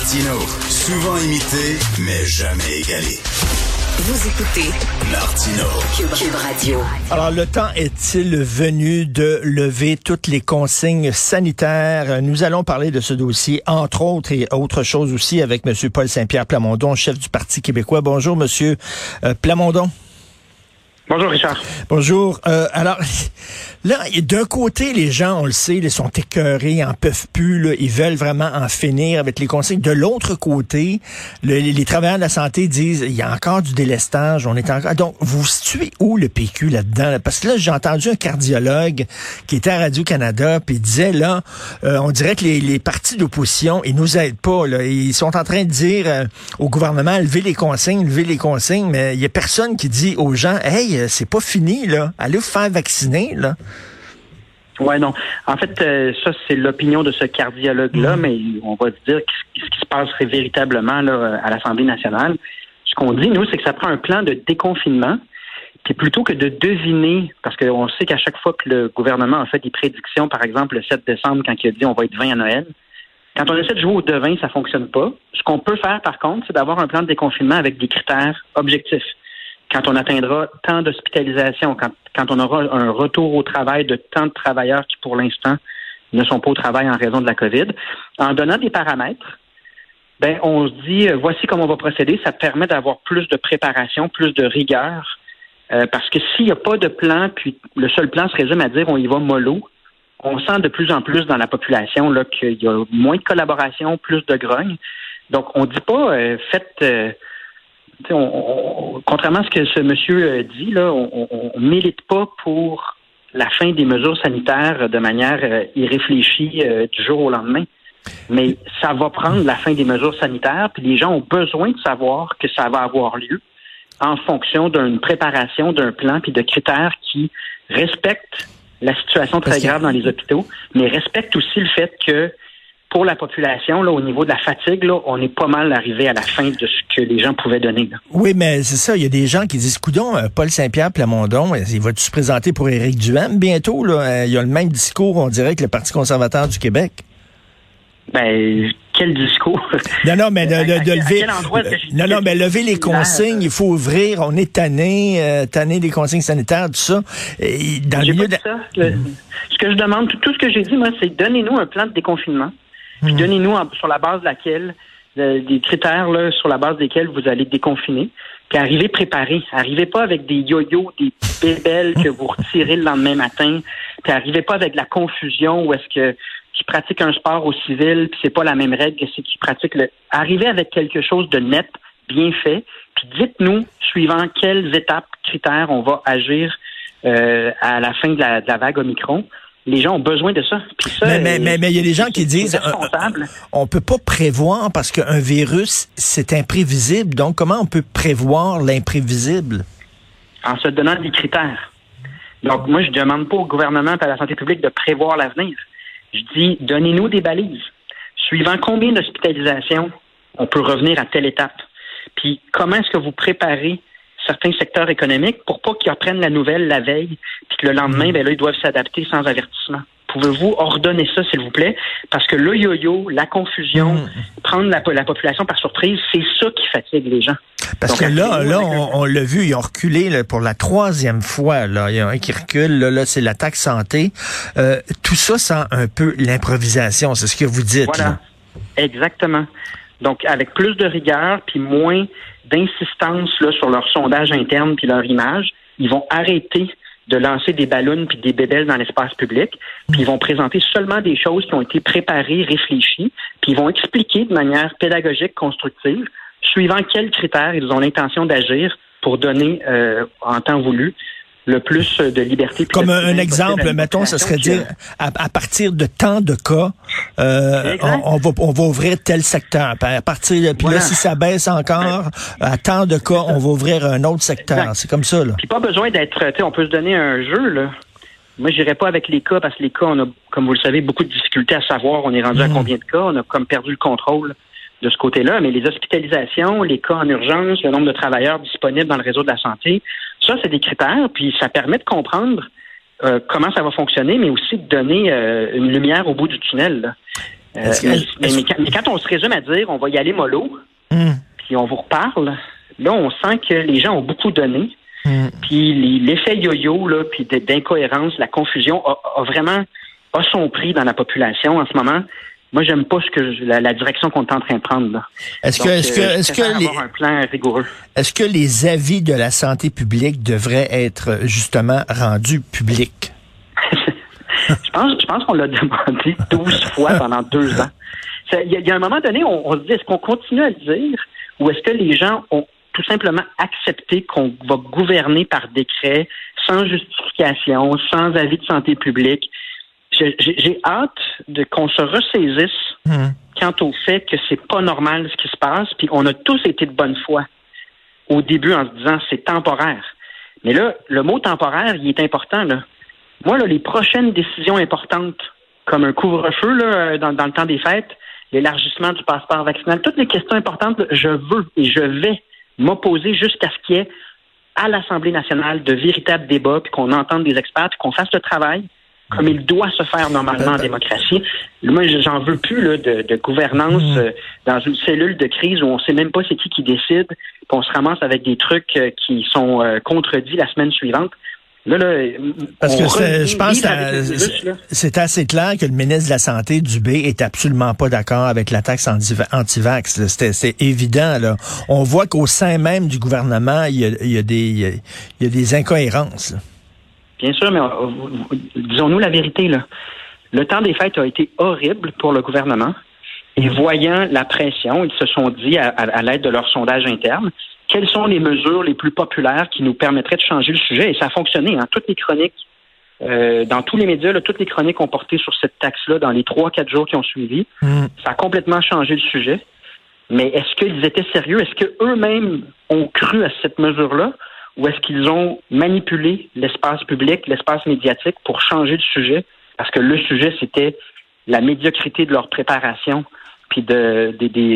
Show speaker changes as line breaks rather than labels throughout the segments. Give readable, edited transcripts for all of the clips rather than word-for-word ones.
Martino, souvent imité, mais jamais égalé.
Vous écoutez
Martino,
Cube Radio.
Alors, le temps est-il venu de lever toutes les consignes sanitaires? Nous allons parler de ce dossier, entre autres et autre chose aussi, avec M. Paul Saint-Pierre Plamondon, chef du Parti québécois. Bonjour, M. Plamondon.
Bonjour, Richard.
Bonjour. Alors, là, d'un côté, les gens, on le sait, ils sont écœurés, ils en peuvent plus, là, ils veulent vraiment en finir avec les consignes. De l'autre côté, les travailleurs de la santé disent, il y a encore du délestage, on est encore... Donc, vous situez où le PQ là-dedans? Là? Parce que là, j'ai entendu un cardiologue qui était à Radio-Canada, puis il disait, là, on dirait que les partis d'opposition, ils nous aident pas, là. Ils sont en train de dire au gouvernement, levez les consignes, mais il y a personne qui dit aux gens, hey, c'est pas fini, là. Allez vous faire vacciner, là.
Ouais, non. En fait, ça, c'est l'opinion de ce cardiologue-là, mais on va dire ce qui se passerait véritablement là, à l'Assemblée nationale. Ce qu'on dit, nous, c'est que ça prend un plan de déconfinement, puis plutôt que de deviner, parce qu'on sait qu'à chaque fois que le gouvernement a fait des prédictions, par exemple le 7 décembre, quand il a dit on va être 20 à Noël, quand on essaie de jouer au devin, ça fonctionne pas. Ce qu'on peut faire, par contre, c'est d'avoir un plan de déconfinement avec des critères objectifs. Quand on atteindra tant d'hospitalisations, quand on aura un retour au travail de tant de travailleurs qui, pour l'instant, ne sont pas au travail en raison de la COVID, en donnant des paramètres, ben on se dit, voici comment on va procéder. Ça permet d'avoir plus de préparation, plus de rigueur, parce que s'il n'y a pas de plan, puis le seul plan se résume à dire on y va mollo, on sent de plus en plus dans la population là qu'il y a moins de collaboration, plus de grogne. Donc, on ne dit pas, faites... contrairement à ce que ce monsieur dit, là, on milite pas pour la fin des mesures sanitaires de manière irréfléchie du jour au lendemain. Mais ça va prendre la fin des mesures sanitaires, puis les gens ont besoin de savoir que ça va avoir lieu en fonction d'une préparation, d'un plan, puis de critères qui respectent la situation très grave dans les hôpitaux, mais respectent aussi le fait que pour la population, là, au niveau de la fatigue, là, on est pas mal arrivé à la fin de ce que les gens pouvaient donner. Là.
Oui, mais c'est ça. Il y a des gens qui disent, coudon, Paul Saint-Pierre Plamondon, il va-tu se présenter pour Éric Duhaime bientôt? Là? Il y a le même discours, on dirait, que le Parti conservateur du Québec.
Ben, quel discours?
Non, mais lever les consignes, il faut ouvrir, on est tanné des consignes sanitaires, tout ça.
Dans le milieu de... ça. Ce que je demande, tout ce que j'ai dit, moi, c'est donnez-nous un plan de déconfinement. Puis donnez-nous sur la base de laquelle, des critères là, sur la base desquels vous allez déconfiner. Puis arrivez préparés. Arrivez pas avec des yo-yo, des bébelles que vous retirez le lendemain matin. Puis arrivez pas avec la confusion où est-ce que qui pratique un sport au civil, puis c'est pas la même règle que ceux qui pratiquent le... Arrivez avec quelque chose de net, bien fait, puis dites-nous, suivant quelles étapes, critères on va agir à la fin de la vague Omicron. Les gens ont besoin de ça. Puis ça
mais il y a des gens qui disent on peut pas prévoir parce qu'un virus, c'est imprévisible. Donc, comment on peut prévoir l'imprévisible?
En se donnant des critères. Donc, moi, je demande pas au gouvernement et à la santé publique de prévoir l'avenir. Je dis, donnez-nous des balises. Suivant combien d'hospitalisations on peut revenir à telle étape. Puis, comment est-ce que vous préparez certains secteurs économiques pour pas qu'ils apprennent la nouvelle la veille, puis que le lendemain, ben là, ils doivent s'adapter sans avertissement. Pouvez-vous ordonner ça, s'il vous plaît? Parce que le yo-yo, la confusion, prendre la population par surprise, c'est ça qui fatigue les gens.
Parce donc, que là, on l'a vu, ils ont reculé là, pour la 3e fois. Là. Il y a un qui recule, là c'est la taxe santé. Tout ça sent un peu l'improvisation, c'est ce que vous dites.
Voilà,
là.
Exactement. Donc, avec plus de rigueur, puis moins d'insistance là, sur leur sondage interne puis leur image, ils vont arrêter de lancer des ballons puis des bébelles dans l'espace public, puis ils vont présenter seulement des choses qui ont été préparées, réfléchies, puis ils vont expliquer de manière pédagogique, constructive, suivant quels critères ils ont l'intention d'agir pour donner, en temps voulu, le plus de liberté.
Comme un exemple, mettons, ce serait dire, à partir de tant de cas, on va ouvrir tel secteur. À partir puis là, si ça baisse encore, à tant de cas, on va ouvrir un autre secteur. Exact. C'est comme ça, là.
Puis pas besoin d'être, on peut se donner un jeu, là. Moi, j'irai pas avec les cas, parce que les cas, on a, comme vous le savez, beaucoup de difficultés à savoir on est rendu à combien de cas. On a comme perdu le contrôle de ce côté-là. Mais les hospitalisations, les cas en urgence, le nombre de travailleurs disponibles dans le réseau de la santé, ça, c'est des critères, puis ça permet de comprendre comment ça va fonctionner, mais aussi de donner une lumière au bout du tunnel, là. Mais quand on se résume à dire on va y aller mollo, puis on vous reparle, là, on sent que les gens ont beaucoup donné. Puis l'effet yo-yo, là, puis d'incohérence, la confusion a vraiment son prix dans la population en ce moment. Moi, j'aime pas la direction qu'on est en train de prendre, là.
Est-ce que
avoir un plan rigoureux.
Est-ce que les avis de la santé publique devraient être justement rendus publics?
Je pense qu'on l'a demandé 12 fois pendant 2 ans. Il y a un moment donné, on se dit, est-ce qu'on continue à le dire ou est-ce que les gens ont tout simplement accepté qu'on va gouverner par décret, sans justification, sans avis de santé publique? J'ai hâte qu'on se ressaisisse quant au fait que c'est pas normal ce qui se passe, puis on a tous été de bonne foi au début en se disant c'est temporaire. Mais là, le mot temporaire, il est important, là. Moi, là, les prochaines décisions importantes, comme un couvre-feu là, dans le temps des fêtes, l'élargissement du passeport vaccinal, toutes les questions importantes, là, je veux et je vais m'opposer jusqu'à ce qu'il y ait à l'Assemblée nationale de véritables débats, puis qu'on entende des experts, puis qu'on fasse le travail comme il doit se faire normalement en démocratie. Moi, j'en veux plus là, de gouvernance dans une cellule de crise où on sait même pas c'est qui décide, puis on se ramasse avec des trucs qui sont contredits la semaine suivante. Là,
parce que je pense que c'est assez clair que le ministre de la Santé, Dubé, est absolument pas d'accord avec la taxe anti-vax. C'est évident, là. On voit qu'au sein même du gouvernement, il y a des incohérences, là.
Bien sûr, mais disons-nous la vérité, là. Le temps des fêtes a été horrible pour le gouvernement. Et voyant la pression, ils se sont dit, à l'aide de leur sondage interne, quelles sont les mesures les plus populaires qui nous permettraient de changer le sujet? Et ça a fonctionné. Hein. Toutes les chroniques, dans tous les médias, là, toutes les chroniques ont porté sur cette taxe-là dans les 3-4 jours qui ont suivi. Ça a complètement changé le sujet. Mais est-ce qu'ils étaient sérieux? Est-ce qu'eux-mêmes ont cru à cette mesure-là? Ou est-ce qu'ils ont manipulé l'espace public, l'espace médiatique pour changer le sujet? Parce que le sujet, c'était la médiocrité de leur préparation puis de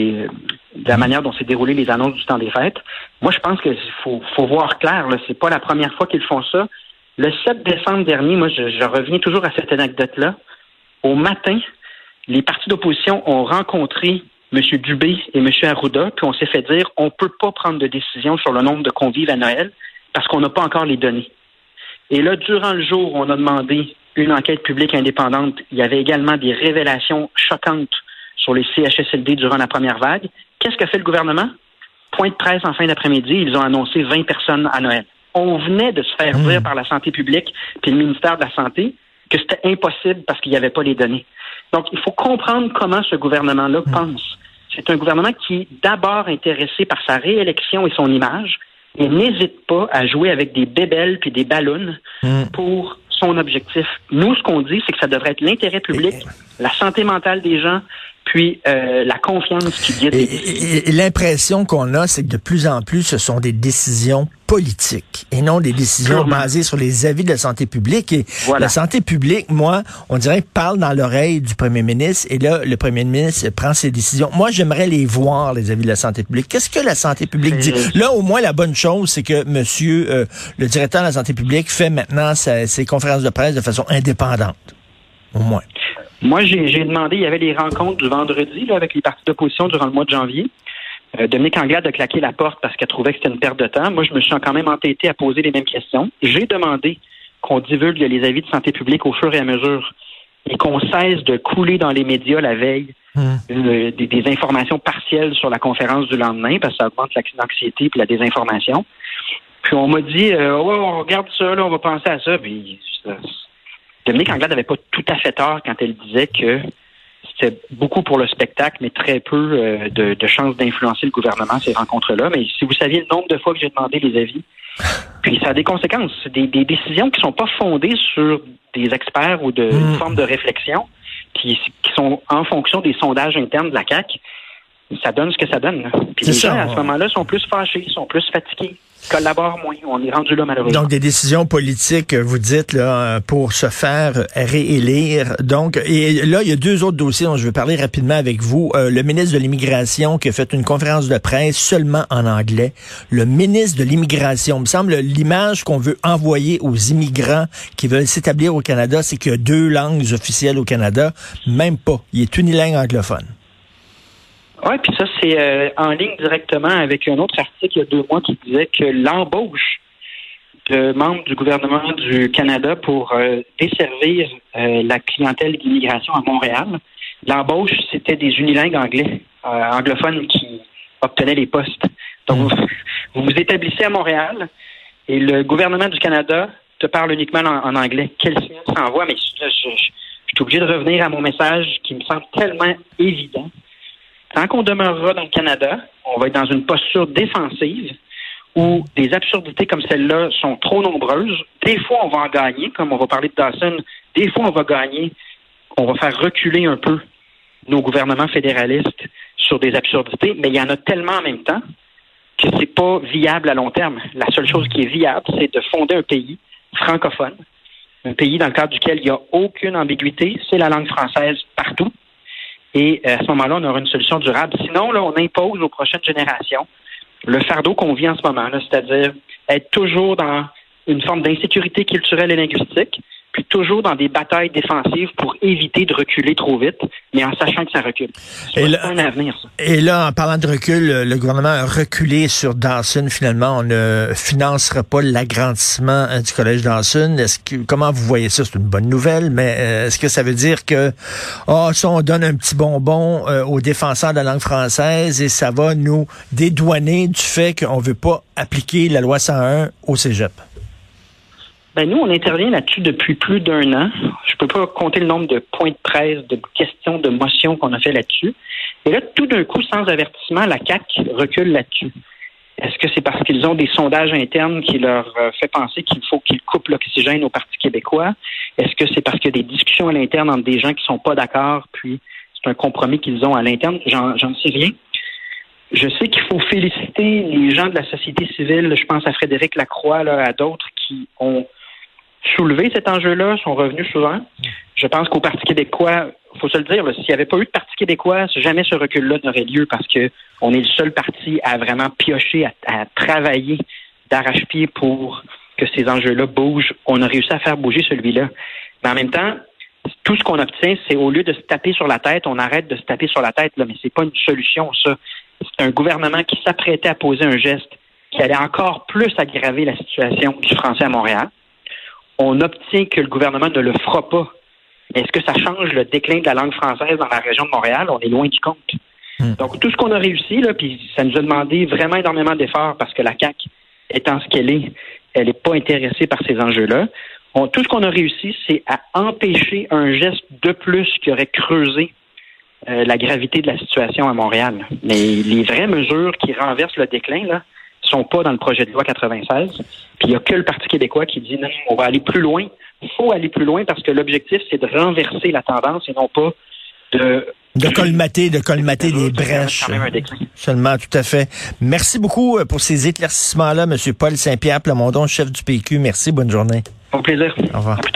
la manière dont s'est déroulées les annonces du temps des fêtes. Moi, je pense qu'il faut voir clair. Là, c'est pas la première fois qu'ils font ça. Le 7 décembre dernier, moi, je reviens toujours à cette anecdote-là. Au matin, les partis d'opposition ont rencontré M. Dubé et M. Arruda, puis on s'est fait dire on peut pas prendre de décision sur le nombre de convives à Noël parce qu'on n'a pas encore les données. Et là, durant le jour, on a demandé une enquête publique indépendante. Il y avait également des révélations choquantes sur les CHSLD durant la première vague. Qu'est-ce qu'a fait le gouvernement? Point de presse en fin d'après-midi, ils ont annoncé 20 personnes à Noël. On venait de se faire dire par la santé publique puis le ministère de la Santé que c'était impossible parce qu'il n'y avait pas les données. Donc, il faut comprendre comment ce gouvernement-là pense. C'est un gouvernement qui est d'abord intéressé par sa réélection et son image et n'hésite pas à jouer avec des bébelles puis des ballons pour son objectif. Nous, ce qu'on dit, c'est que ça devrait être l'intérêt public, la santé mentale des gens, puis la confiance qui guide les décisions.
Et l'impression qu'on a, c'est que de plus en plus, ce sont des décisions politiques et non des décisions basées sur les avis de la santé publique. Et la santé publique, moi, on dirait, parle dans l'oreille du premier ministre et là, le premier ministre prend ses décisions. Moi, j'aimerais les voir, les avis de la santé publique. Qu'est-ce que la santé publique dit? Là, au moins, la bonne chose, c'est que monsieur, le directeur de la santé publique fait maintenant ses conférences de presse de façon indépendante. Au moins.
Moi, j'ai demandé, il y avait des rencontres du vendredi là, avec les partis d'opposition durant le mois de janvier. Dominique Anglade a claqué la porte parce qu'elle trouvait que c'était une perte de temps. Moi, je me suis quand même entêté à poser les mêmes questions. J'ai demandé qu'on divulgue les avis de santé publique au fur et à mesure et qu'on cesse de couler dans les médias la veille des informations partielles sur la conférence du lendemain parce que ça augmente l'anxiété et la désinformation. Puis on m'a dit, on regarde ça, là, on va penser à ça. Puis Dominique Anglade n'avait pas tout à fait tort quand elle disait que c'était beaucoup pour le spectacle, mais très peu de chances d'influencer le gouvernement, ces rencontres-là. Mais si vous saviez le nombre de fois que j'ai demandé les avis, puis ça a des conséquences. C'est des décisions qui sont pas fondées sur des experts ou une forme de réflexion, qui sont en fonction des sondages internes de la CAQ. Ça donne ce que ça donne. Puis les gens, à ce moment-là, sont plus fâchés, sont plus fatigués. collaborent moins. On est rendu là, malheureusement.
Donc, des décisions politiques, vous dites, là, pour se faire réélire. Donc, et là, il y a 2 autres dossiers dont je veux parler rapidement avec vous. Le ministre de l'Immigration qui a fait une conférence de presse seulement en anglais. Le ministre de l'Immigration, il me semble, l'image qu'on veut envoyer aux immigrants qui veulent s'établir au Canada, c'est qu'il y a 2 langues officielles au Canada. Même pas. Il est unilingue anglophone.
Oui, puis ça, c'est en ligne directement avec un autre article il y a 2 mois qui disait que l'embauche de membres du gouvernement du Canada pour desservir la clientèle d'immigration à Montréal, l'embauche, c'était des unilingues anglophones qui obtenaient les postes. Donc, vous vous établissez à Montréal et le gouvernement du Canada te parle uniquement en anglais. Quel signal ça envoie? Mais je suis obligé de revenir à mon message qui me semble tellement évident. Tant qu'on demeurera dans le Canada, on va être dans une posture défensive où des absurdités comme celle-là sont trop nombreuses. Des fois, on va en gagner, comme on va parler de Dawson. Des fois, on va gagner. On va faire reculer un peu nos gouvernements fédéralistes sur des absurdités, mais il y en a tellement en même temps que c'est pas viable à long terme. La seule chose qui est viable, c'est de fonder un pays francophone, un pays dans le cadre duquel il n'y a aucune ambiguïté, c'est la langue française partout. Et à ce moment-là, on aura une solution durable. Sinon, là, on impose aux prochaines générations le fardeau qu'on vit en ce moment, là, c'est-à-dire être toujours dans une forme d'insécurité culturelle et linguistique, puis toujours dans des batailles défensives pour éviter de reculer trop vite, mais en sachant que ça recule. C'est un avenir, ça.
Et là, en parlant de recul, le gouvernement a reculé sur Dawson. Finalement, on ne financera pas l'agrandissement du collège Dawson. Comment vous voyez ça? C'est une bonne nouvelle, mais est-ce que ça veut dire que ça, on donne un petit bonbon aux défenseurs de la langue française et ça va nous dédouaner du fait qu'on veut pas appliquer la loi 101 au cégep?
Ben nous, on intervient là-dessus depuis plus d'1 an. Je peux pas compter le nombre de points de presse, de questions, de motions qu'on a fait là-dessus. Et là, tout d'un coup, sans avertissement, la CAQ recule là-dessus. Est-ce que c'est parce qu'ils ont des sondages internes qui leur fait penser qu'il faut qu'ils coupent l'oxygène au Parti québécois? Est-ce que c'est parce qu'il y a des discussions à l'interne entre des gens qui sont pas d'accord, puis c'est un compromis qu'ils ont à l'interne? J'en sais rien. Je sais qu'il faut féliciter les gens de la société civile. Je pense à Frédéric Lacroix, là, à d'autres qui ont soulevé cet enjeu-là, sont revenus souvent. Je pense qu'au Parti québécois, il faut se le dire, s'il n'y avait pas eu de Parti québécois, jamais ce recul-là n'aurait lieu parce que on est le seul parti à vraiment piocher, à travailler d'arrache-pied pour que ces enjeux-là bougent. On a réussi à faire bouger celui-là. Mais en même temps, tout ce qu'on obtient, c'est au lieu de se taper sur la tête, on arrête de se taper sur la tête, là, mais c'est pas une solution, ça. C'est un gouvernement qui s'apprêtait à poser un geste qui allait encore plus aggraver la situation du français à Montréal. On obtient que le gouvernement ne le fera pas. Mais est-ce que ça change le déclin de la langue française dans la région de Montréal? On est loin du compte. Donc, tout ce qu'on a réussi, là, puis ça nous a demandé vraiment énormément d'efforts parce que la CAQ, étant ce qu'elle est, elle n'est pas intéressée par ces enjeux-là. Tout ce qu'on a réussi, c'est à empêcher un geste de plus qui aurait creusé la gravité de la situation à Montréal. Mais les vraies mesures qui renversent le déclin, là, sont pas dans le projet de loi 96. Puis il n'y a que le Parti québécois qui dit non, on va aller plus loin. Il faut aller plus loin parce que l'objectif, c'est de renverser la tendance et non pas de colmater des brèches. Seulement, tout à fait. Merci beaucoup pour ces éclaircissements-là, M. Paul Saint-Pierre Plamondon, chef du PQ. Merci, bonne journée. Au plaisir.
Au revoir.